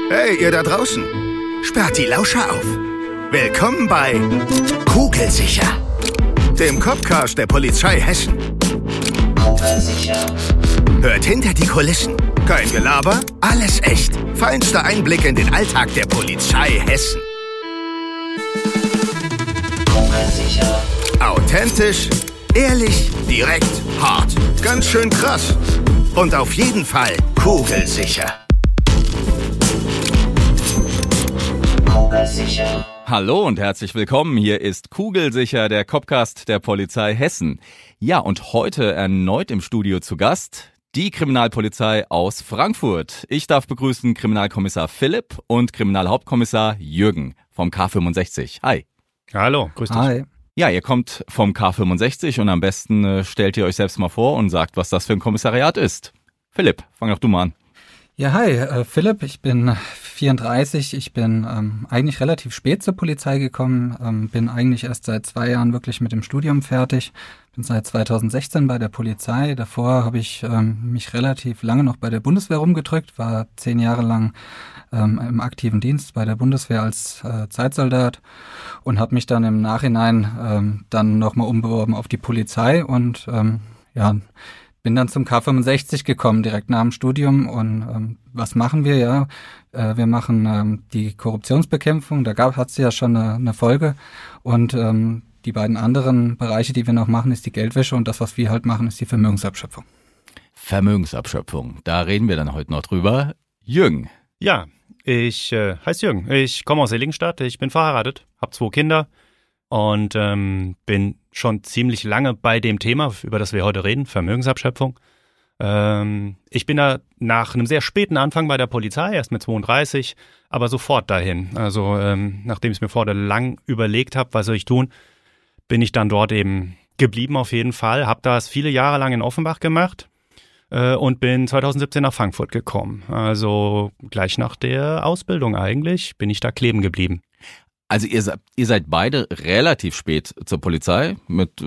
Hey, ihr da draußen! Sperrt die Lauscher auf! Willkommen bei Kugelsicher, dem Copcast der Polizei Hessen. Kugelsicher. Hört hinter die Kulissen. Kein Gelaber, alles echt. Feinster Einblick in den Alltag der Polizei Hessen. Kugelsicher. Authentisch, ehrlich, direkt, hart. Ganz schön krass. Und auf jeden Fall kugelsicher. Kugelsicher. Hallo und herzlich willkommen. Hier ist Kugelsicher, der Copcast der Polizei Hessen. Ja, und heute erneut im Studio zu Gast die Kriminalpolizei aus Frankfurt. Ich darf begrüßen Kriminalkommissar Philipp und Kriminalhauptkommissar Jürgen vom K65. Hi. Hallo, grüß dich. Hi. Ja, ihr kommt vom K65 und am besten stellt ihr euch selbst mal vor und sagt, was das für ein Kommissariat ist. Philipp, fang doch du mal an. Ja, hi, Philipp, ich bin 34, ich bin eigentlich relativ spät zur Polizei gekommen, bin eigentlich erst seit 2 Jahren wirklich mit dem Studium fertig, bin seit 2016 bei der Polizei, davor habe ich mich relativ lange noch bei der Bundeswehr rumgedrückt, war 10 Jahre lang im aktiven Dienst bei der Bundeswehr als Zeitsoldat und habe mich dann im Nachhinein dann nochmal umbeworben auf die Polizei und bin dann zum K65 gekommen, direkt nach dem Studium. Und was machen wir? Ja, wir machen die Korruptionsbekämpfung. Da hat es ja schon eine Folge. Und die beiden anderen Bereiche, die wir noch machen, ist die Geldwäsche. Und das, was wir halt machen, ist die Vermögensabschöpfung. Vermögensabschöpfung, da reden wir dann heute noch drüber. Jürgen. Ja, ich heiße Jürgen. Ich komme aus Seligenstadt. Ich bin verheiratet, habe 2 Kinder und bin schon ziemlich lange bei dem Thema, über das wir heute reden, Vermögensabschöpfung. Ich bin da nach einem sehr späten Anfang bei der Polizei, erst mit 32, aber sofort dahin. Also nachdem ich es mir vorher lang überlegt habe, was soll ich tun, bin ich dann dort eben geblieben auf jeden Fall. Habe das viele Jahre lang in Offenbach gemacht und bin 2017 nach Frankfurt gekommen. Also gleich nach der Ausbildung eigentlich bin ich da kleben geblieben. Also ihr seid beide relativ spät zur Polizei, mit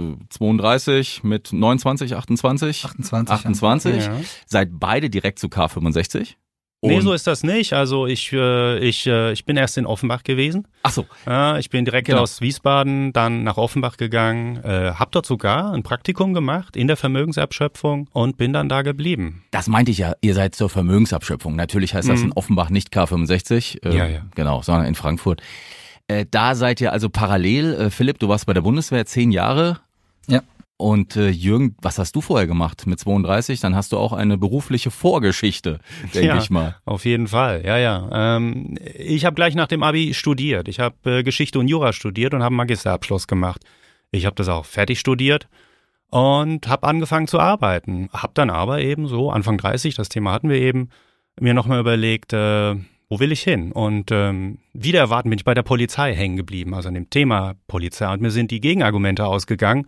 32, mit 29, 28? 28. Ja. Seid beide direkt zu K65? Nee, so ist das nicht. Also ich bin erst in Offenbach gewesen. Ach so. Ich bin direkt Genau. aus Wiesbaden dann nach Offenbach gegangen, habe dort sogar ein Praktikum gemacht in der Vermögensabschöpfung und bin dann da geblieben. Das meinte ich ja, ihr seid zur Vermögensabschöpfung. Natürlich heißt das in Offenbach nicht K65, Ja. Genau, sondern in Frankfurt. Da seid ihr also parallel. Philipp, du warst bei der Bundeswehr 10 Jahre. Ja. Und Jürgen, was hast du vorher gemacht mit 32? Dann hast du auch eine berufliche Vorgeschichte, denke ich mal. Auf jeden Fall, ja. Ich habe gleich nach dem Abi studiert. Ich habe Geschichte und Jura studiert und habe einen Magisterabschluss gemacht. Ich habe das auch fertig studiert und habe angefangen zu arbeiten. Habe dann aber eben so Anfang 30, das Thema hatten wir eben, mir nochmal überlegt, wo will ich hin? Und wieder erwarten bin ich bei der Polizei hängen geblieben, also an dem Thema Polizei. Und mir sind die Gegenargumente ausgegangen,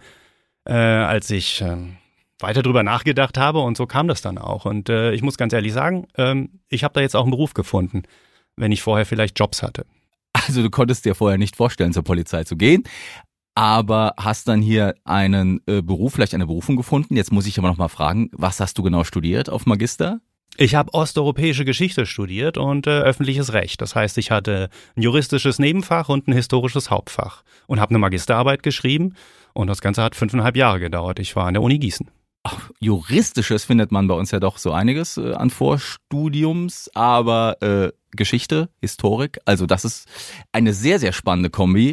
als ich weiter drüber nachgedacht habe. Und so kam das dann auch. Und ich muss ganz ehrlich sagen, ich habe da jetzt auch einen Beruf gefunden, wenn ich vorher vielleicht Jobs hatte. Also du konntest dir vorher nicht vorstellen, zur Polizei zu gehen, aber hast dann hier einen Beruf, vielleicht eine Berufung gefunden. Jetzt muss ich aber noch mal fragen, was hast du genau studiert auf Magister? Ich habe osteuropäische Geschichte studiert und öffentliches Recht. Das heißt, ich hatte ein juristisches Nebenfach und ein historisches Hauptfach und habe eine Magisterarbeit geschrieben und das Ganze hat 5,5 Jahre gedauert. Ich war an der Uni Gießen. Ach, Juristisches findet man bei uns ja doch so einiges an Vorstudiums, aber Geschichte, Historik, also das ist eine sehr, sehr spannende Kombi.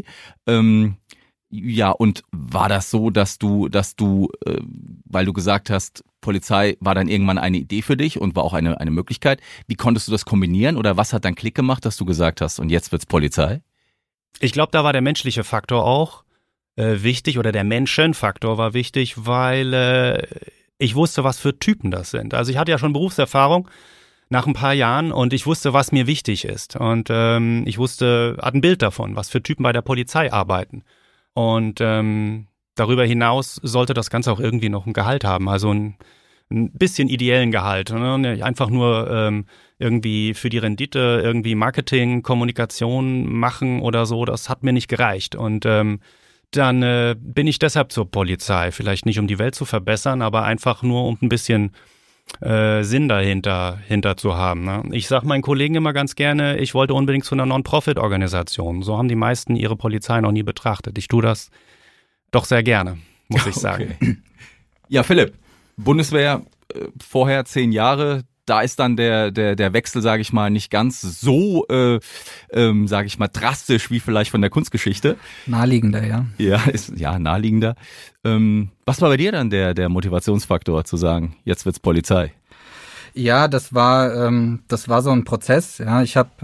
Ja, und war das so, dass du, weil du gesagt hast, Polizei war dann irgendwann eine Idee für dich und war auch eine Möglichkeit. Wie konntest du das kombinieren oder was hat dann Klick gemacht, dass du gesagt hast, und jetzt wird's Polizei? Ich glaube, da war der menschliche Faktor auch wichtig oder der Menschenfaktor war wichtig, weil ich wusste, was für Typen das sind. Also ich hatte ja schon Berufserfahrung nach ein paar Jahren und ich wusste, was mir wichtig ist. Und ich hatte ein Bild davon, was für Typen bei der Polizei arbeiten. Und darüber hinaus sollte das Ganze auch irgendwie noch ein Gehalt haben, also ein bisschen ideellen Gehalt. Ne? Einfach nur irgendwie für die Rendite irgendwie Marketing, Kommunikation machen oder so, das hat mir nicht gereicht. Und dann bin ich deshalb zur Polizei. Vielleicht nicht, um die Welt zu verbessern, aber einfach nur, um ein bisschen Sinn dahinter zu haben. Ne? Ich sage meinen Kollegen immer ganz gerne, ich wollte unbedingt zu einer Non-Profit-Organisation. So haben die meisten ihre Polizei noch nie betrachtet. Ich tue das doch sehr gerne, muss ich sagen. Okay. Ja, Philipp, Bundeswehr vorher 10 Jahre, da ist dann der Wechsel, sage ich mal, nicht ganz so, sage ich mal, drastisch wie vielleicht von der Kunstgeschichte. Naheliegender, ja. Ja, naheliegender. Was war bei dir dann der Motivationsfaktor zu sagen, jetzt wird's Polizei? Ja, das war so ein Prozess. Ja, ich habe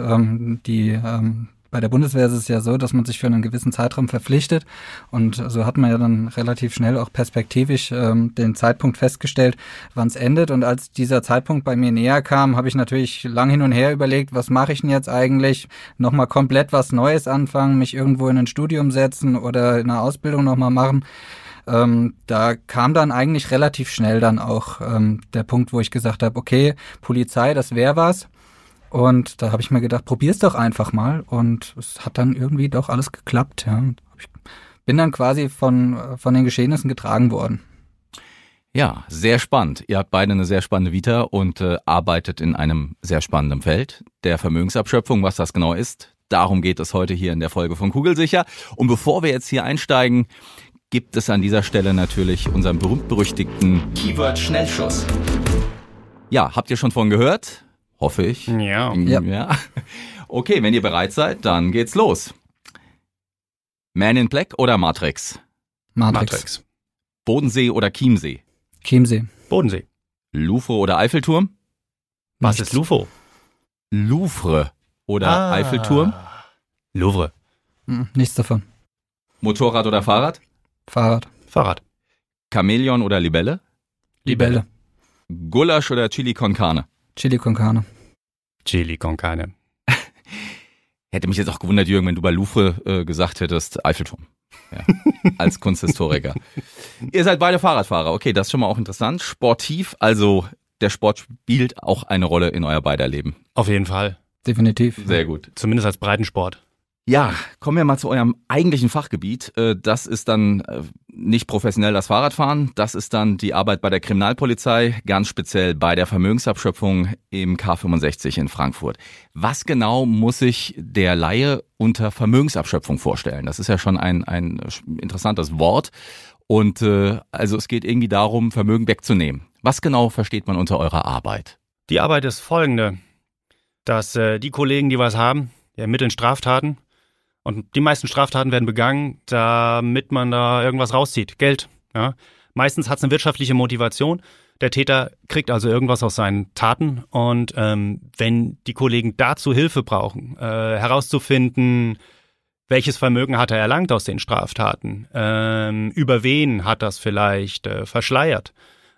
bei der Bundeswehr ist es ja so, dass man sich für einen gewissen Zeitraum verpflichtet und so hat man ja dann relativ schnell auch perspektivisch den Zeitpunkt festgestellt, wann es endet. Und als dieser Zeitpunkt bei mir näher kam, habe ich natürlich lang hin und her überlegt, was mache ich denn jetzt eigentlich? Nochmal komplett was Neues anfangen, mich irgendwo in ein Studium setzen oder eine Ausbildung nochmal machen. Da kam dann eigentlich relativ schnell dann auch der Punkt, wo ich gesagt habe, okay, Polizei, das wäre was. Und da habe ich mir gedacht, probier's doch einfach mal. Und es hat dann irgendwie doch alles geklappt. Ja. Ich bin dann quasi von den Geschehnissen getragen worden. Ja, sehr spannend. Ihr habt beide eine sehr spannende Vita und arbeitet in einem sehr spannenden Feld der Vermögensabschöpfung. Was das genau ist, darum geht es heute hier in der Folge von Kugelsicher. Und bevor wir jetzt hier einsteigen, gibt es an dieser Stelle natürlich unseren berühmt-berüchtigten Keyword-Schnellschuss. Ja, habt ihr schon von gehört? Hoffe ich. Ja. Okay, wenn ihr bereit seid, dann geht's los. Man in Black oder Matrix? Matrix. Bodensee oder Chiemsee? Chiemsee. Bodensee. Louvre oder Eiffelturm? Was ist Louvre? Louvre oder Eiffelturm? Louvre. Nichts davon. Motorrad oder Fahrrad? Fahrrad. Chamäleon oder Libelle? Libelle. Gulasch oder Chili con Carne? Chili con Carne. Chili con Carne. Hätte mich jetzt auch gewundert, Jürgen, wenn du bei Louvre gesagt hättest, Eiffelturm. Ja, als Kunsthistoriker. Ihr seid beide Fahrradfahrer. Okay, das ist schon mal auch interessant. Sportiv, also der Sport spielt auch eine Rolle in euer beider Leben. Auf jeden Fall. Definitiv. Sehr gut. Zumindest als Breitensport. Ja, kommen wir mal zu eurem eigentlichen Fachgebiet. Das ist dann nicht professionell das Fahrradfahren, das ist dann die Arbeit bei der Kriminalpolizei, ganz speziell bei der Vermögensabschöpfung im K65 in Frankfurt. Was genau muss sich der Laie unter Vermögensabschöpfung vorstellen? Das ist ja schon ein interessantes Wort und also es geht irgendwie darum, Vermögen wegzunehmen. Was genau versteht man unter eurer Arbeit? Die Arbeit ist folgende, dass die Kollegen, die was haben, die ermitteln Straftaten. Und die meisten Straftaten werden begangen, damit man da irgendwas rauszieht. Geld. Ja. Meistens hat es eine wirtschaftliche Motivation. Der Täter kriegt also irgendwas aus seinen Taten. Und wenn die Kollegen dazu Hilfe brauchen, herauszufinden, welches Vermögen hat er erlangt aus den Straftaten, über wen hat das vielleicht verschleiert,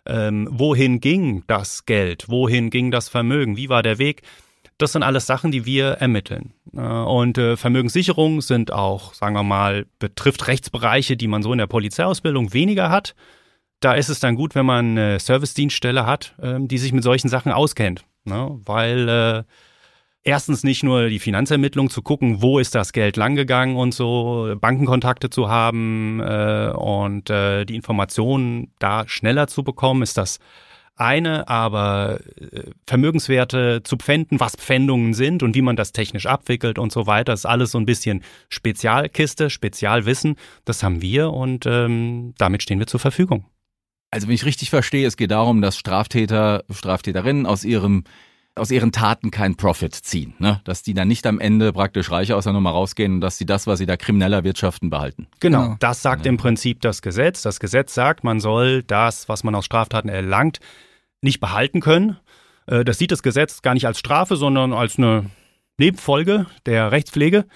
wohin ging das Geld, wohin ging das Vermögen, wie war der Weg, das sind alles Sachen, die wir ermitteln. Und Vermögenssicherung sind auch, sagen wir mal, betrifft Rechtsbereiche, die man so in der Polizeiausbildung weniger hat. Da ist es dann gut, wenn man eine Servicedienststelle hat, die sich mit solchen Sachen auskennt. Ne? Weil erstens nicht nur die Finanzermittlung zu gucken, wo ist das Geld langgegangen und so, Bankenkontakte zu haben und die Informationen da schneller zu bekommen, ist das eine, aber Vermögenswerte zu pfänden, was Pfändungen sind und wie man das technisch abwickelt und so weiter, ist alles so ein bisschen Spezialkiste, Spezialwissen. Das haben wir und damit stehen wir zur Verfügung. Also wenn ich richtig verstehe, es geht darum, dass Straftäter, Straftäterinnen aus ihren Taten keinen Profit ziehen, ne? Dass die dann nicht am Ende praktisch reicher aus der Nummer rausgehen und dass sie das, was sie da krimineller wirtschaften, behalten. Genau, das sagt im Prinzip das Gesetz. Das Gesetz sagt, man soll das, was man aus Straftaten erlangt, nicht behalten können. Das sieht das Gesetz gar nicht als Strafe, sondern als eine Nebenfolge der Rechtspflege.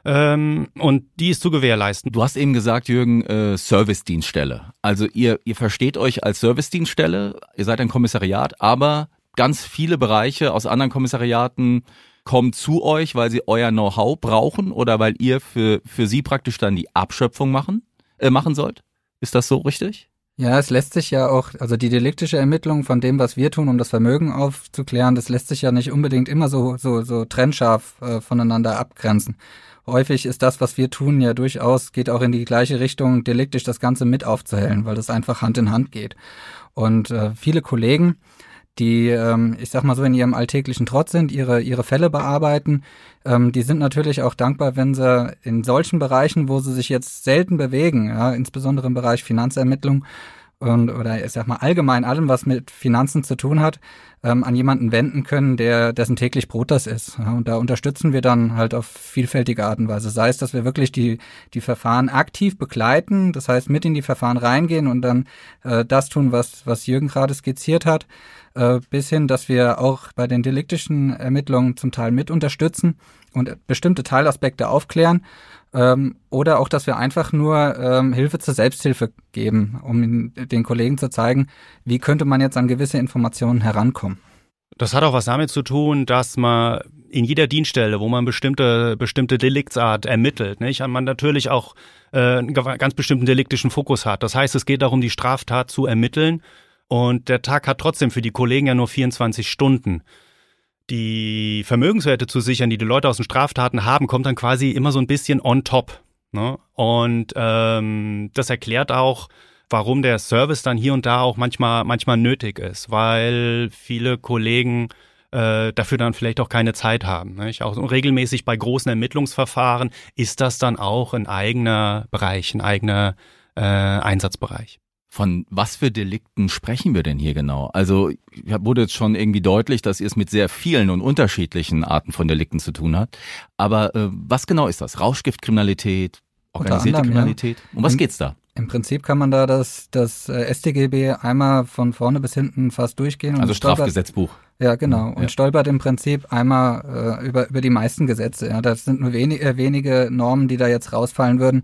Und die ist zu gewährleisten. Du hast eben gesagt, Jürgen, Servicedienststelle. Also ihr versteht euch als Servicedienststelle, ihr seid ein Kommissariat, aber ganz viele Bereiche aus anderen Kommissariaten kommen zu euch, weil sie euer Know-how brauchen oder weil ihr für sie praktisch dann die Abschöpfung machen sollt. Ist das so richtig? Ja, es lässt sich ja auch, also die deliktische Ermittlung von dem, was wir tun, um das Vermögen aufzuklären, das lässt sich ja nicht unbedingt immer so trennscharf voneinander abgrenzen. Häufig ist das, was wir tun, ja durchaus, geht auch in die gleiche Richtung, deliktisch das Ganze mit aufzuhellen, weil das einfach Hand in Hand geht. Und viele Kollegen, die, ich sag mal so, in ihrem alltäglichen Trott sind, ihre Fälle bearbeiten. Die sind natürlich auch dankbar, wenn sie in solchen Bereichen, wo sie sich jetzt selten bewegen, ja, insbesondere im Bereich Finanzermittlung oder ich sag mal allgemein allem, was mit Finanzen zu tun hat, an jemanden wenden können, dessen täglich Brot das ist. Ja, und da unterstützen wir dann halt auf vielfältige Art und Weise. Sei es, dass wir wirklich die Verfahren aktiv begleiten, das heißt mit in die Verfahren reingehen und dann das tun, was Jürgen gerade skizziert hat, bis hin, dass wir auch bei den deliktischen Ermittlungen zum Teil mit unterstützen und bestimmte Teilaspekte aufklären. Oder auch, dass wir einfach nur Hilfe zur Selbsthilfe geben, um den Kollegen zu zeigen, wie könnte man jetzt an gewisse Informationen herankommen. Das hat auch was damit zu tun, dass man in jeder Dienststelle, wo man bestimmte Deliktsart ermittelt, nicht, man natürlich auch einen ganz bestimmten deliktischen Fokus hat. Das heißt, es geht darum, die Straftat zu ermitteln und der Tag hat trotzdem für die Kollegen ja nur 24 Stunden. Die Vermögenswerte zu sichern, die Leute aus den Straftaten haben, kommt dann quasi immer so ein bisschen on top. Ne? Und das erklärt auch, warum der Service dann hier und da auch manchmal nötig ist, weil viele Kollegen dafür dann vielleicht auch keine Zeit haben. Nicht? Auch regelmäßig bei großen Ermittlungsverfahren ist das dann auch ein eigener Bereich, ein eigener Einsatzbereich. Von was für Delikten sprechen wir denn hier genau? Also wurde jetzt schon irgendwie deutlich, dass ihr es mit sehr vielen und unterschiedlichen Arten von Delikten zu tun habt. Aber was genau ist das? Rauschgiftkriminalität, organisierte Kriminalität? Ja. Um was geht's da? Im Prinzip kann man da das StGB einmal von vorne bis hinten fast durchgehen. Also Strafgesetzbuch. Ja, genau. Und stolpert im Prinzip einmal über die meisten Gesetze. Ja, das sind nur wenige Normen, die da jetzt rausfallen würden,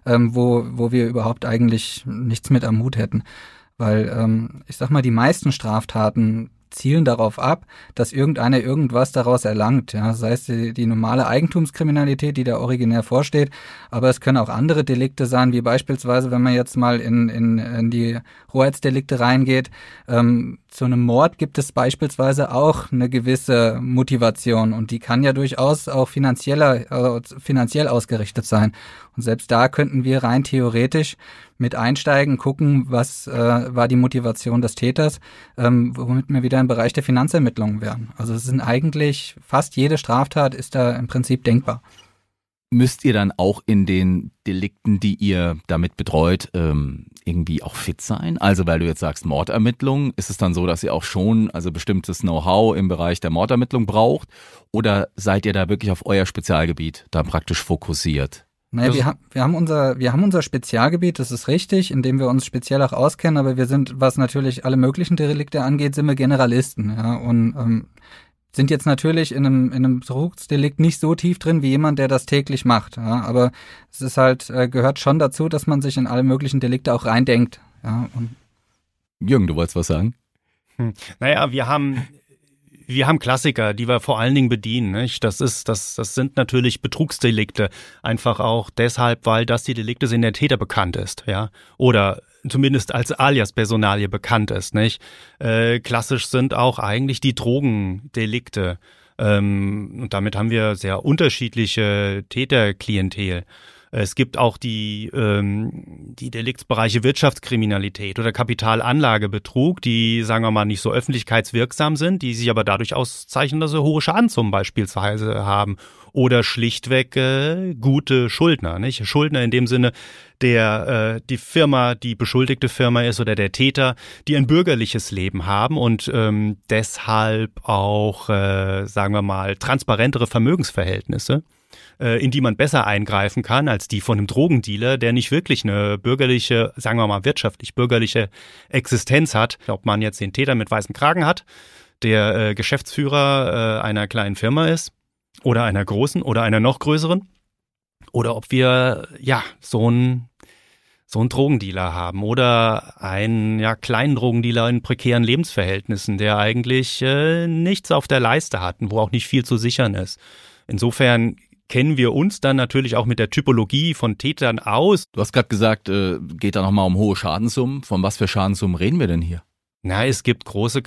wo wir überhaupt eigentlich nichts mit am Hut hätten. Weil, ich sag mal, die meisten Straftaten zielen darauf ab, dass irgendeiner irgendwas daraus erlangt. Ja, sei es die normale Eigentumskriminalität, die da originär vorsteht, aber es können auch andere Delikte sein, wie beispielsweise, wenn man jetzt mal in die Rohheitsdelikte reingeht, zu einem Mord gibt es beispielsweise auch eine gewisse Motivation und die kann ja durchaus auch finanziell ausgerichtet sein. Und selbst da könnten wir rein theoretisch mit einsteigen, gucken, was war die Motivation des Täters, womit wir wieder im Bereich der Finanzermittlungen wären. Also es sind eigentlich, fast jede Straftat ist da im Prinzip denkbar. Müsst ihr dann auch in den Delikten, die ihr damit betreut, irgendwie auch fit sein? Also weil du jetzt sagst Mordermittlungen, ist es dann so, dass ihr auch schon bestimmtes Know-how im Bereich der Mordermittlung braucht? Oder seid ihr da wirklich auf euer Spezialgebiet da praktisch fokussiert? Naja, wir haben unser Spezialgebiet, das ist richtig, in dem wir uns speziell auch auskennen, aber wir sind, was natürlich alle möglichen Delikte angeht, sind wir Generalisten, ja, und sind jetzt natürlich in einem Betrugsdelikt nicht so tief drin wie jemand, der das täglich macht, ja, aber es ist halt, gehört schon dazu, dass man sich in alle möglichen Delikte auch reindenkt, ja. Und Jürgen, du wolltest was sagen? Naja, wir haben Klassiker, die wir vor allen Dingen bedienen. Nicht? Das sind natürlich Betrugsdelikte. Einfach auch deshalb, weil das die Delikte sind, der Täter bekannt ist, ja. Oder zumindest als Alias-Personalie bekannt ist, nicht? Klassisch sind auch eigentlich die Drogendelikte. Und damit haben wir sehr unterschiedliche Täterklientel. Es gibt auch die Deliktsbereiche Wirtschaftskriminalität oder Kapitalanlagebetrug, die, sagen wir mal, nicht so öffentlichkeitswirksam sind, die sich aber dadurch auszeichnen, dass sie hohe Schadenssummen beispielsweise haben. Oder schlichtweg gute Schuldner, nicht? Schuldner in dem Sinne, die Firma, die beschuldigte Firma ist oder der Täter, die ein bürgerliches Leben haben und deshalb auch, sagen wir mal, transparentere Vermögensverhältnisse, in die man besser eingreifen kann als die von einem Drogendealer, der nicht wirklich eine bürgerliche, sagen wir mal wirtschaftlich bürgerliche Existenz hat. Ob man jetzt den Täter mit weißem Kragen hat, der Geschäftsführer einer kleinen Firma ist oder einer großen oder einer noch größeren, oder ob wir so einen Drogendealer haben oder einen kleinen Drogendealer in prekären Lebensverhältnissen, der eigentlich nichts auf der Leiste hat und wo auch nicht viel zu sichern ist. Insofern kennen wir uns dann natürlich auch mit der Typologie von Tätern aus. Du hast gerade gesagt, geht da nochmal um hohe Schadenssummen. Von was für Schadenssummen reden wir denn hier? Na, es gibt große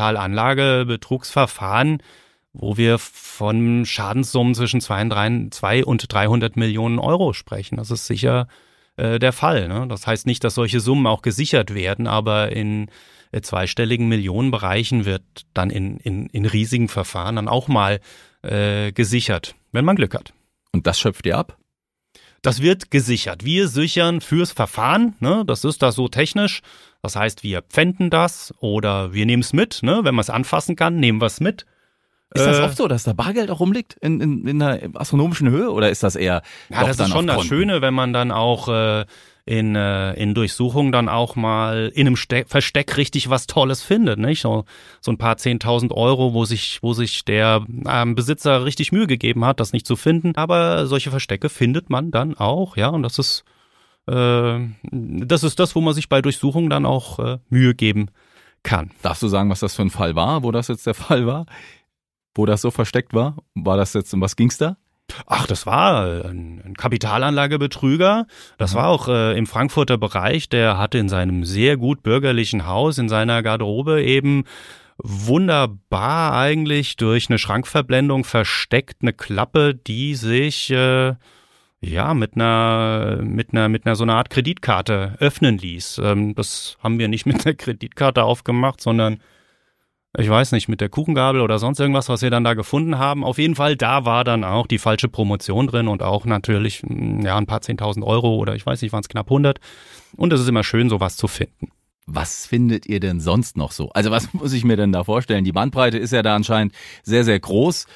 Kapitalanlagebetrugsverfahren, wo wir von Schadenssummen zwischen 2 und 300 Millionen Euro sprechen. Das ist sicher der Fall. Ne? Das heißt nicht, dass solche Summen auch gesichert werden, aber in zweistelligen Millionenbereichen wird dann in riesigen Verfahren dann auch mal gesichert, wenn man Glück hat. Und das schöpft ihr ab? Das wird gesichert. Wir sichern fürs Verfahren, ne? Das ist da so technisch. Das heißt, wir pfänden das oder wir nehmen es mit, ne? Wenn man es anfassen kann, nehmen wir es mit. Ist das oft so, dass da Bargeld auch rumliegt in einer astronomischen Höhe oder ist das eher Ja, doch das dann ist schon auf das Konten? Schöne, wenn man dann auch in Durchsuchungen dann auch mal in einem Versteck richtig was Tolles findet, nicht? So ein paar 10.000 Euro, wo sich der Besitzer richtig Mühe gegeben hat, das nicht zu finden. Aber solche Verstecke findet man dann auch, ja, und das ist das, wo man sich bei Durchsuchungen dann auch Mühe geben kann. Darfst du sagen, was das für ein Fall war, wo das jetzt der Fall war? Wo das so versteckt war? War das jetzt, um was ging's da? Ach, das war ein Kapitalanlagebetrüger. Das war auch im Frankfurter Bereich. Der hatte in seinem sehr gut bürgerlichen Haus, in seiner Garderobe eben wunderbar eigentlich durch eine Schrankverblendung versteckt eine Klappe, die sich mit einer so einer Art Kreditkarte öffnen ließ. Das haben wir nicht mit einer Kreditkarte aufgemacht, sondern ich weiß nicht, mit der Kuchengabel oder sonst irgendwas, was wir dann da gefunden haben. Auf jeden Fall, da war dann auch die falsche Promotion drin und auch natürlich ein paar 10.000 Euro oder ich weiß nicht, waren es knapp 100. Und es ist immer schön, sowas zu finden. Was findet ihr denn sonst noch so? Also was muss ich mir denn da vorstellen? Die Bandbreite ist ja da anscheinend sehr, sehr groß.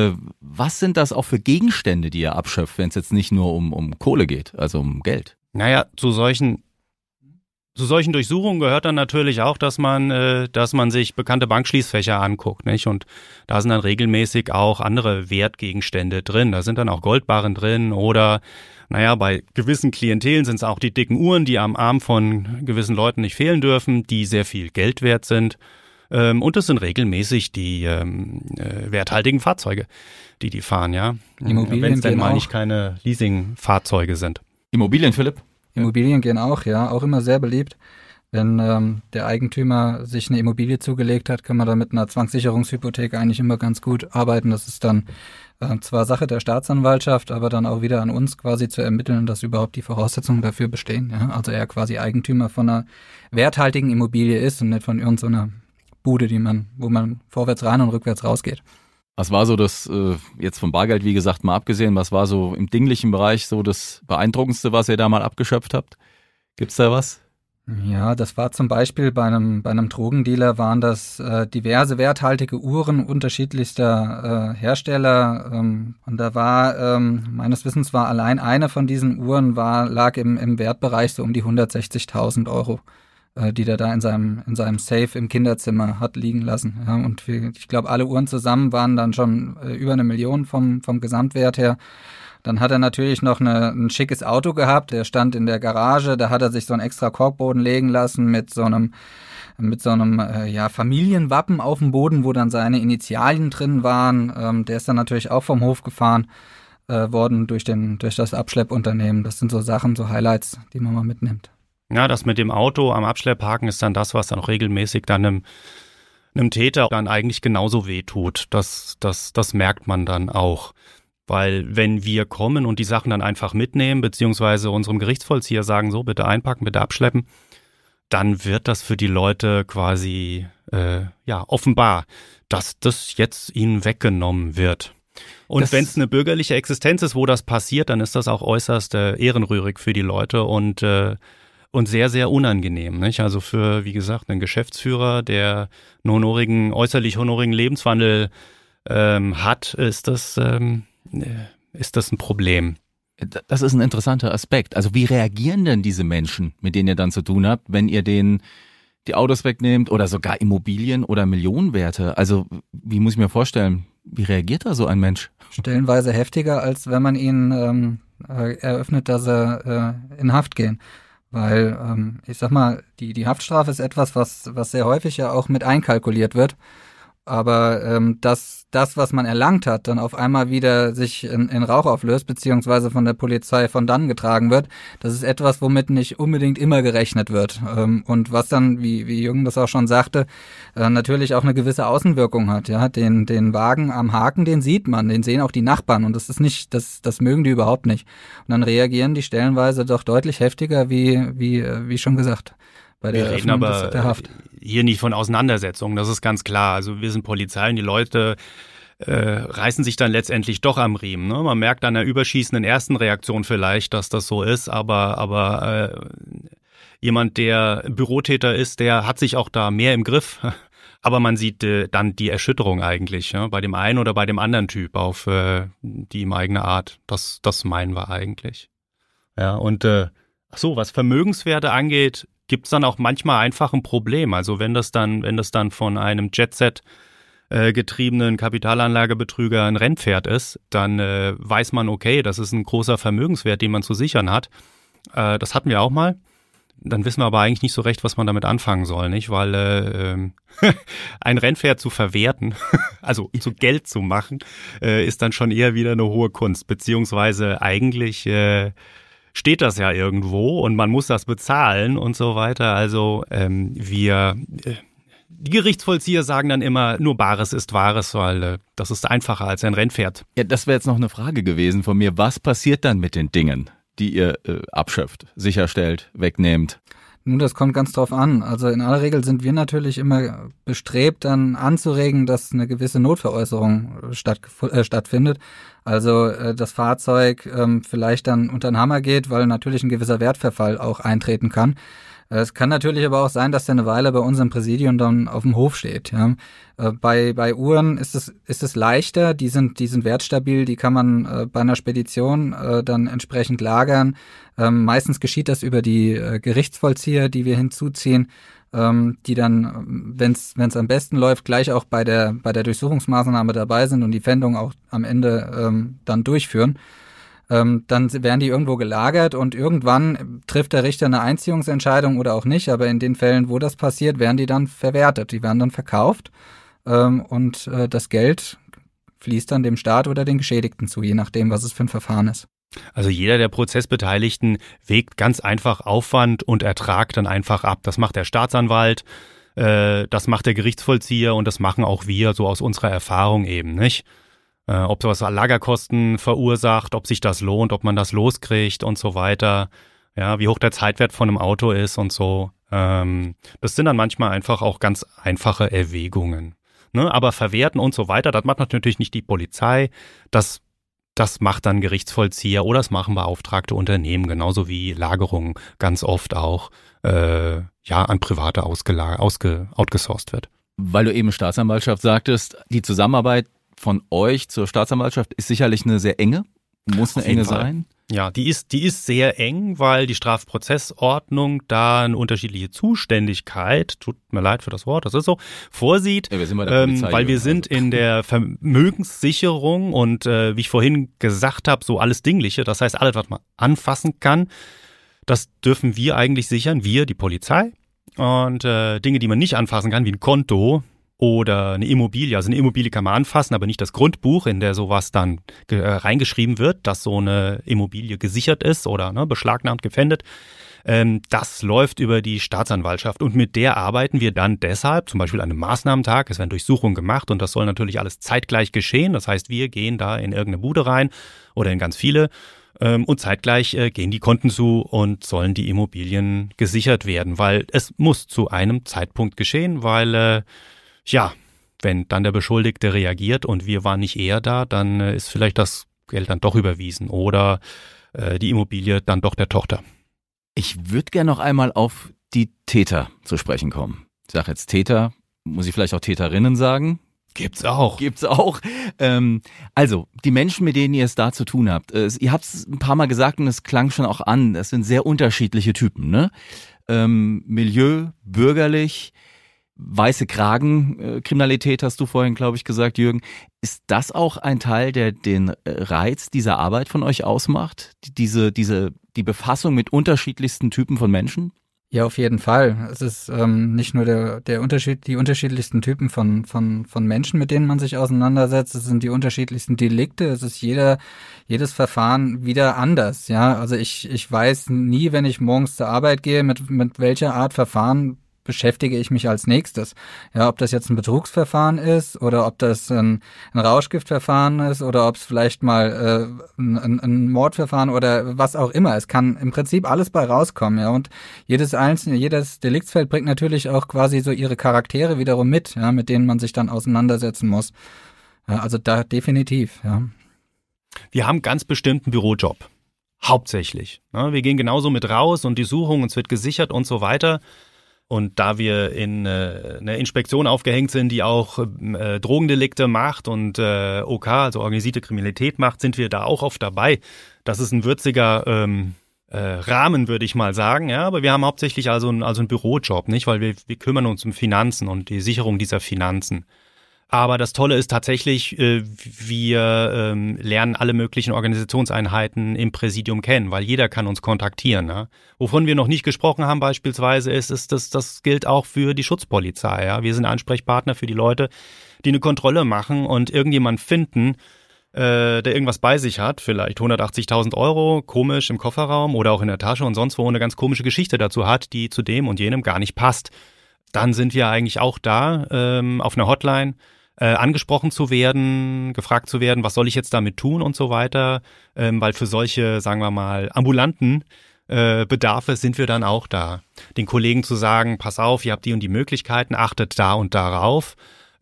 Was sind das auch für Gegenstände, die ihr abschöpft, wenn es jetzt nicht nur um Kohle geht, also um Geld? Naja, zu solchen Durchsuchungen gehört dann natürlich auch, dass man sich bekannte Bankschließfächer anguckt, nicht? Und da sind dann regelmäßig auch andere Wertgegenstände drin. Da sind dann auch Goldbarren drin oder, bei gewissen Klientelen sind es auch die dicken Uhren, die am Arm von gewissen Leuten nicht fehlen dürfen, die sehr viel Geld wert sind. Und es sind regelmäßig die werthaltigen Fahrzeuge, die fahren, ja. Immobilien wenn es denn gehen mal auch. nicht keine Leasingfahrzeuge sind. Immobilien, Philipp? Immobilien gehen auch, ja, auch immer sehr beliebt. Wenn der Eigentümer sich eine Immobilie zugelegt hat, kann man da mit einer Zwangssicherungshypothek eigentlich immer ganz gut arbeiten. Das ist dann zwar Sache der Staatsanwaltschaft, aber dann auch wieder an uns quasi zu ermitteln, dass überhaupt die Voraussetzungen dafür bestehen. Ja? Also er quasi Eigentümer von einer werthaltigen Immobilie ist und nicht von irgendeiner Bude, wo man vorwärts rein und rückwärts rausgeht. Was war so das, jetzt vom Bargeld, wie gesagt, mal abgesehen, was war so im dinglichen Bereich so das Beeindruckendste, was ihr da mal abgeschöpft habt? Gibt's da was? Ja, das war zum Beispiel bei einem Drogendealer waren das diverse werthaltige Uhren unterschiedlichster Hersteller. Und da war, meines Wissens war allein eine von diesen Uhren lag im Wertbereich so um die 160.000 Euro, die der da in seinem Safe im Kinderzimmer hat liegen lassen. Ja, und ich glaube, alle Uhren zusammen waren dann schon über 1 Million vom Gesamtwert her. Dann hat er natürlich noch ein schickes Auto gehabt, der stand in der Garage, da hat er sich so einen extra Korkboden legen lassen mit so einem Familienwappen auf dem Boden, wo dann seine Initialien drin waren. Der ist dann natürlich auch vom Hof gefahren worden durch das Abschleppunternehmen. Das sind so Sachen, so Highlights, die man mal mitnimmt. Ja, das mit dem Auto am Abschlepphaken ist dann das, was dann auch regelmäßig dann einem Täter dann eigentlich genauso wehtut. Das merkt man dann auch. Weil wenn wir kommen und die Sachen dann einfach mitnehmen, beziehungsweise unserem Gerichtsvollzieher sagen, so bitte einpacken, bitte abschleppen, dann wird das für die Leute quasi offenbar, dass das jetzt ihnen weggenommen wird. Und wenn es eine bürgerliche Existenz ist, wo das passiert, dann ist das auch äußerst ehrenrührig für die Leute und sehr, sehr unangenehm. Nicht? Also für, wie gesagt, einen Geschäftsführer, der einen äußerlich honorigen Lebenswandel hat, ist das ein Problem. Das ist ein interessanter Aspekt. Also wie reagieren denn diese Menschen, mit denen ihr dann zu tun habt, wenn ihr denen die Autos wegnehmt oder sogar Immobilien oder Millionenwerte? Also wie muss ich mir vorstellen, wie reagiert da so ein Mensch? Stellenweise heftiger, als wenn man ihnen eröffnet, dass sie in Haft gehen. Weil, ich sag mal, die Haftstrafe ist etwas, was sehr häufig ja auch mit einkalkuliert wird. aber dass das, was man erlangt hat, dann auf einmal wieder sich in Rauch auflöst, beziehungsweise von der Polizei von dann getragen wird, das ist etwas, womit nicht unbedingt immer gerechnet wird. Und was dann, wie Jürgen das auch schon sagte, natürlich auch eine gewisse Außenwirkung hat. Ja, den Wagen am Haken, den sieht man, den sehen auch die Nachbarn und das ist nicht, das mögen die überhaupt nicht. Und dann reagieren die stellenweise doch deutlich heftiger, wie schon gesagt. Bei der wir reden aber der Haft. Hier nicht von Auseinandersetzungen, das ist ganz klar. Also wir sind Polizei und die Leute reißen sich dann letztendlich doch am Riemen. Ne? Man merkt an der überschießenden ersten Reaktion vielleicht, dass das so ist, aber jemand, der Bürotäter ist, der hat sich auch da mehr im Griff. Aber man sieht dann die Erschütterung eigentlich, ja? Bei dem einen oder bei dem anderen Typ auf die ihm eigene Art. Das meinen wir eigentlich. Ja, und was Vermögenswerte angeht, gibt's dann auch manchmal einfach ein Problem. Also wenn das dann von einem Jetset getriebenen Kapitalanlagebetrüger ein Rennpferd ist, dann weiß man, okay, das ist ein großer Vermögenswert, den man zu sichern hat. Das hatten wir auch mal. Dann wissen wir aber eigentlich nicht so recht, was man damit anfangen soll, nicht? Weil ein Rennpferd zu verwerten, also zu Geld zu machen, ist dann schon eher wieder eine hohe Kunst. Beziehungsweise eigentlich steht das ja irgendwo und man muss das bezahlen und so weiter. Also die Gerichtsvollzieher sagen dann immer, nur Bares ist Wahres, weil das ist einfacher als ein Rennpferd. Ja, das wäre jetzt noch eine Frage gewesen von mir. Was passiert dann mit den Dingen, die ihr abschöpft, sicherstellt, wegnehmt? Nun, das kommt ganz drauf an. Also in aller Regel sind wir natürlich immer bestrebt, dann anzuregen, dass eine gewisse Notveräußerung stattfindet. Also das Fahrzeug vielleicht dann unter den Hammer geht, weil natürlich ein gewisser Wertverfall auch eintreten kann. Es kann natürlich aber auch sein, dass der eine Weile bei uns im Präsidium dann auf dem Hof steht. Ja. Bei Uhren ist es leichter, die sind wertstabil, die kann man bei einer Spedition dann entsprechend lagern. Meistens geschieht das über die Gerichtsvollzieher, die wir hinzuziehen, die dann, wenn es am besten läuft, gleich auch bei der Durchsuchungsmaßnahme dabei sind und die Pfändung auch am Ende dann durchführen. Dann werden die irgendwo gelagert und irgendwann trifft der Richter eine Einziehungsentscheidung oder auch nicht, aber in den Fällen, wo das passiert, werden die dann verwertet, die werden dann verkauft und das Geld fließt dann dem Staat oder den Geschädigten zu, je nachdem, was es für ein Verfahren ist. Also jeder der Prozessbeteiligten wägt ganz einfach Aufwand und Ertrag dann einfach ab. Das macht der Staatsanwalt, das macht der Gerichtsvollzieher und das machen auch wir, so aus unserer Erfahrung eben, nicht? Ob sowas Lagerkosten verursacht, ob sich das lohnt, ob man das loskriegt und so weiter. Ja, wie hoch der Zeitwert von einem Auto ist und so. Das sind dann manchmal einfach auch ganz einfache Erwägungen. Ne? Aber verwerten und so weiter, das macht natürlich nicht die Polizei. Das macht dann Gerichtsvollzieher oder das machen beauftragte Unternehmen, genauso wie Lagerung ganz oft auch an Private outgesourced wird. Weil du eben Staatsanwaltschaft sagtest, die Zusammenarbeit von euch zur Staatsanwaltschaft ist sicherlich eine sehr enge, muss eine enge sein. Ja, die ist sehr eng, weil die Strafprozessordnung da eine unterschiedliche Zuständigkeit, tut mir leid für das Wort, das ist so, vorsieht, ja, wir sind bei der Polizei, weil wir sind in der Vermögenssicherung und wie ich vorhin gesagt habe, so alles Dingliche, das heißt alles, was man anfassen kann, das dürfen wir eigentlich sichern, wir, die Polizei, und Dinge, die man nicht anfassen kann, wie ein Konto, oder eine Immobilie. Also eine Immobilie kann man anfassen, aber nicht das Grundbuch, in der sowas dann reingeschrieben wird, dass so eine Immobilie gesichert ist oder beschlagnahmt, gefändet. Das läuft über die Staatsanwaltschaft und mit der arbeiten wir dann deshalb, zum Beispiel an einem Maßnahmentag, es werden Durchsuchungen gemacht und das soll natürlich alles zeitgleich geschehen. Das heißt, wir gehen da in irgendeine Bude rein oder in ganz viele und zeitgleich gehen die Konten zu und sollen die Immobilien gesichert werden, weil es muss zu einem Zeitpunkt geschehen, weil wenn dann der Beschuldigte reagiert und wir waren nicht eher da, dann ist vielleicht das Geld dann doch überwiesen oder die Immobilie dann doch der Tochter. Ich würde gerne noch einmal auf die Täter zu sprechen kommen. Ich sage jetzt Täter, muss ich vielleicht auch Täterinnen sagen? Gibt's auch. Also, die Menschen, mit denen ihr es da zu tun habt, ihr habt es ein paar Mal gesagt und es klang schon auch an, das sind sehr unterschiedliche Typen, ne? Milieu, bürgerlich, weiße Kragen-Kriminalität hast du vorhin, glaube ich, gesagt, Jürgen. Ist das auch ein Teil, der den Reiz dieser Arbeit von euch ausmacht? Die Befassung mit unterschiedlichsten Typen von Menschen? Ja, auf jeden Fall. Es ist nicht nur der Unterschied, die unterschiedlichsten Typen von Menschen, mit denen man sich auseinandersetzt. Es sind die unterschiedlichsten Delikte. Es ist jedes Verfahren wieder anders. Ja, also ich weiß nie, wenn ich morgens zur Arbeit gehe, mit welcher Art Verfahren beschäftige ich mich als nächstes. Ja, ob das jetzt ein Betrugsverfahren ist oder ob das ein Rauschgiftverfahren ist oder ob es vielleicht mal ein Mordverfahren oder was auch immer. Es kann im Prinzip alles bei rauskommen, ja. Und jedes Deliktsfeld bringt natürlich auch quasi so ihre Charaktere wiederum mit, ja, mit denen man sich dann auseinandersetzen muss. Ja, also da definitiv, ja. Wir haben ganz bestimmten Bürojob. Hauptsächlich. Ja, wir gehen genauso mit raus und die Suchung, uns wird gesichert und so weiter. Und da wir in eine Inspektion aufgehängt sind, die auch Drogendelikte macht und OK, also organisierte Kriminalität macht, sind wir da auch oft dabei. Das ist ein würziger Rahmen, würde ich mal sagen. Ja, aber wir haben hauptsächlich also einen Bürojob, nicht, weil wir kümmern uns um Finanzen und die Sicherung dieser Finanzen. Aber das Tolle ist tatsächlich, wir lernen alle möglichen Organisationseinheiten im Präsidium kennen, weil jeder kann uns kontaktieren. Ne? Wovon wir noch nicht gesprochen haben beispielsweise ist das gilt auch für die Schutzpolizei. Ja? Wir sind Ansprechpartner für die Leute, die eine Kontrolle machen und irgendjemand finden, der irgendwas bei sich hat, vielleicht 180.000 Euro, komisch im Kofferraum oder auch in der Tasche und sonst wo eine ganz komische Geschichte dazu hat, die zu dem und jenem gar nicht passt. Dann sind wir eigentlich auch da auf einer Hotline, angesprochen zu werden, gefragt zu werden, was soll ich jetzt damit tun und so weiter, weil für solche, sagen wir mal, ambulanten Bedarfe sind wir dann auch da. Den Kollegen zu sagen, pass auf, ihr habt die und die Möglichkeiten, achtet da und darauf.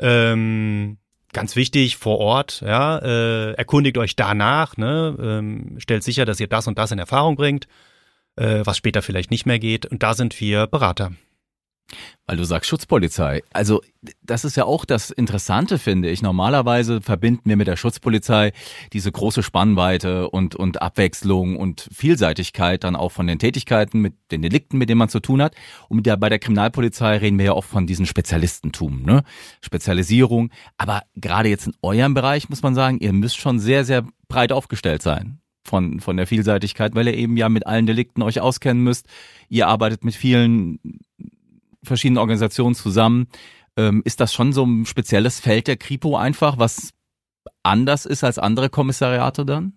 Ganz wichtig, vor Ort, ja, erkundigt euch danach, ne, stellt sicher, dass ihr das und das in Erfahrung bringt, was später vielleicht nicht mehr geht. Und da sind wir Berater. Weil du sagst Schutzpolizei. Also das ist ja auch das Interessante, finde ich. Normalerweise verbinden wir mit der Schutzpolizei diese große Spannweite und Abwechslung und Vielseitigkeit dann auch von den Tätigkeiten, mit den Delikten, mit denen man zu tun hat. Und bei der Kriminalpolizei reden wir ja oft von diesem Spezialistentum, ne? Spezialisierung. Aber gerade jetzt in eurem Bereich muss man sagen, ihr müsst schon sehr, sehr breit aufgestellt sein. Von der Vielseitigkeit, weil ihr eben ja mit allen Delikten euch auskennen müsst. Ihr arbeitet mit vielen verschiedenen Organisationen zusammen. Ist das schon so ein spezielles Feld der Kripo einfach, was anders ist als andere Kommissariate dann?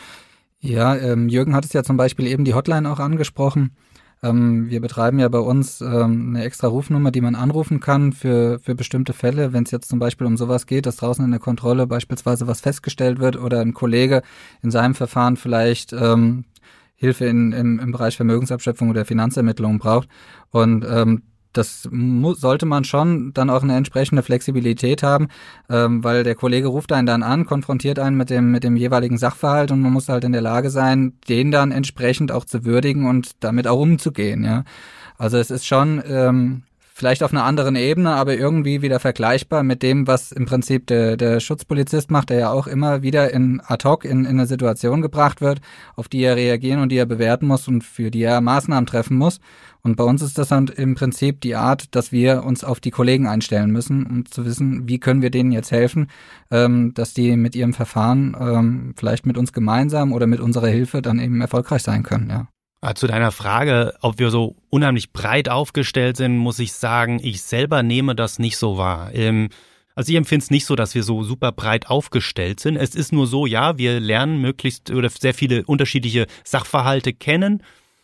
Ja, Jürgen hat es ja zum Beispiel eben die Hotline auch angesprochen. Wir betreiben ja bei uns eine extra Rufnummer, die man anrufen kann für bestimmte Fälle, wenn es jetzt zum Beispiel um sowas geht, dass draußen in der Kontrolle beispielsweise was festgestellt wird oder ein Kollege in seinem Verfahren vielleicht Hilfe im Bereich Vermögensabschöpfung oder Finanzermittlung braucht. Und das sollte man schon dann auch eine entsprechende Flexibilität haben, weil der Kollege ruft einen dann an, konfrontiert einen mit dem jeweiligen Sachverhalt und man muss halt in der Lage sein, den dann entsprechend auch zu würdigen und damit auch umzugehen. Ja, also es ist schon vielleicht auf einer anderen Ebene, aber irgendwie wieder vergleichbar mit dem, was im Prinzip der Schutzpolizist macht, der ja auch immer wieder ad hoc in eine Situation gebracht wird, auf die er reagieren und die er bewerten muss und für die er Maßnahmen treffen muss. Und bei uns ist das dann im Prinzip die Art, dass wir uns auf die Kollegen einstellen müssen, um zu wissen, wie können wir denen jetzt helfen, dass die mit ihrem Verfahren vielleicht mit uns gemeinsam oder mit unserer Hilfe dann eben erfolgreich sein können, ja. Zu deiner Frage, ob wir so unheimlich breit aufgestellt sind, muss ich sagen, ich selber nehme das nicht so wahr. Also ich empfinde es nicht so, dass wir so super breit aufgestellt sind. Es ist nur so, ja, wir lernen möglichst oder sehr viele unterschiedliche Sachverhalte kennen,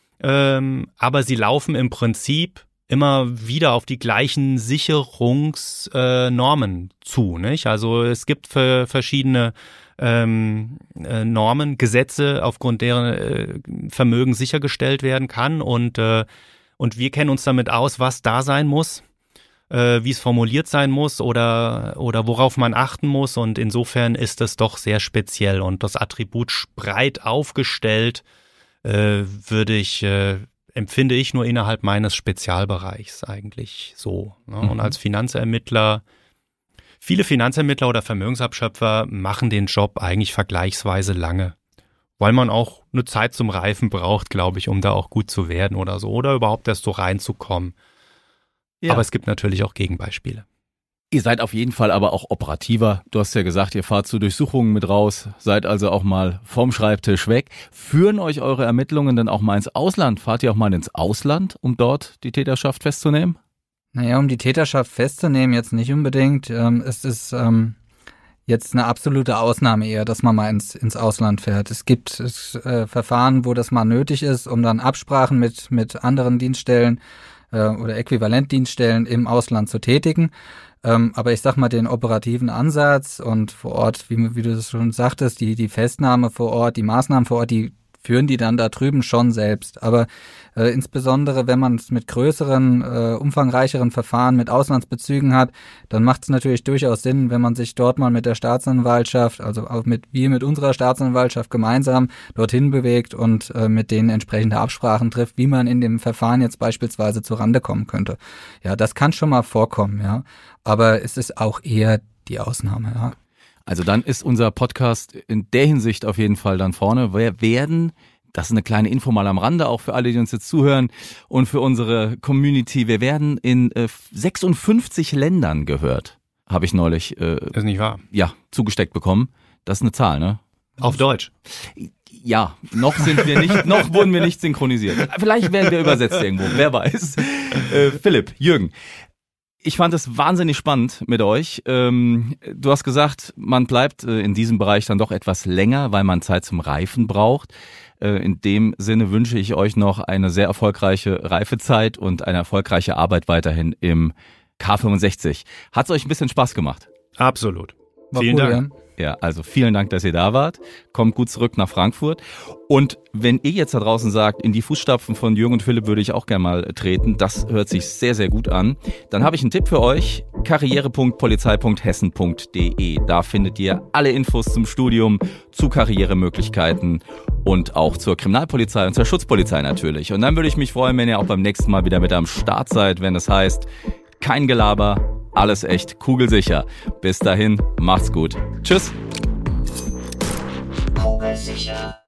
aber sie laufen im Prinzip immer wieder auf die gleichen Sicherungsnormen zu, nicht? Also es gibt verschiedene Normen, Gesetze, aufgrund deren Vermögen sichergestellt werden kann und wir kennen uns damit aus, was da sein muss, wie es formuliert sein muss oder worauf man achten muss und insofern ist das doch sehr speziell und das Attribut breit aufgestellt empfinde ich nur innerhalb meines Spezialbereichs eigentlich so. Ne? Und als Finanzermittler, viele Finanzermittler oder Vermögensabschöpfer machen den Job eigentlich vergleichsweise lange, weil man auch eine Zeit zum Reifen braucht, glaube ich, um da auch gut zu werden oder so oder überhaupt erst so reinzukommen. Ja. Aber es gibt natürlich auch Gegenbeispiele. Ihr seid auf jeden Fall aber auch operativer. Du hast ja gesagt, ihr fahrt zu Durchsuchungen mit raus, seid also auch mal vom Schreibtisch weg. Führen euch eure Ermittlungen dann auch mal ins Ausland? Fahrt ihr auch mal ins Ausland, um dort die Täterschaft festzunehmen? Naja, um die Täterschaft festzunehmen, jetzt nicht unbedingt. Es ist jetzt eine absolute Ausnahme eher, dass man mal ins Ausland fährt. Es gibt Verfahren, wo das mal nötig ist, um dann Absprachen mit anderen Dienststellen oder Äquivalentdienststellen im Ausland zu tätigen. Aber ich sag mal, den operativen Ansatz und vor Ort, wie du das schon sagtest, die Festnahme vor Ort, die Maßnahmen vor Ort, die führen die dann da drüben schon selbst. Aber insbesondere, wenn man es mit größeren, umfangreicheren Verfahren mit Auslandsbezügen hat, dann macht es natürlich durchaus Sinn, wenn man sich dort mal mit der Staatsanwaltschaft, also auch mit unserer Staatsanwaltschaft gemeinsam dorthin bewegt und mit denen entsprechende Absprachen trifft, wie man in dem Verfahren jetzt beispielsweise zurande kommen könnte. Ja, das kann schon mal vorkommen, ja. Aber es ist auch eher die Ausnahme, ja. Also dann ist unser Podcast in der Hinsicht auf jeden Fall dann vorne. Wir werden, das ist eine kleine Info mal am Rande, auch für alle, die uns jetzt zuhören und für unsere Community, wir werden in 56 Ländern gehört, habe ich neulich Ist nicht wahr. Ja, zugesteckt bekommen. Das ist eine Zahl, ne? Auf Deutsch. Ja, noch wurden wir nicht synchronisiert. Vielleicht werden wir übersetzt irgendwo, wer weiß. Philipp, Jürgen. Ich fand es wahnsinnig spannend mit euch. Du hast gesagt, man bleibt in diesem Bereich dann doch etwas länger, weil man Zeit zum Reifen braucht. In dem Sinne wünsche ich euch noch eine sehr erfolgreiche Reifezeit und eine erfolgreiche Arbeit weiterhin im K65. Hat es euch ein bisschen Spaß gemacht? Absolut. War Vielen cool, Dank. Ja, also vielen Dank, dass ihr da wart. Kommt gut zurück nach Frankfurt. Und wenn ihr jetzt da draußen sagt, in die Fußstapfen von Jürgen und Philipp würde ich auch gerne mal treten, das hört sich sehr, sehr gut an, dann habe ich einen Tipp für euch, karriere.polizei.hessen.de. Da findet ihr alle Infos zum Studium, zu Karrieremöglichkeiten und auch zur Kriminalpolizei und zur Schutzpolizei natürlich. Und dann würde ich mich freuen, wenn ihr auch beim nächsten Mal wieder mit am Start seid, wenn es heißt, kein Gelaber, alles echt kugelsicher. Bis dahin, macht's gut. Tschüss. Kugelsicher.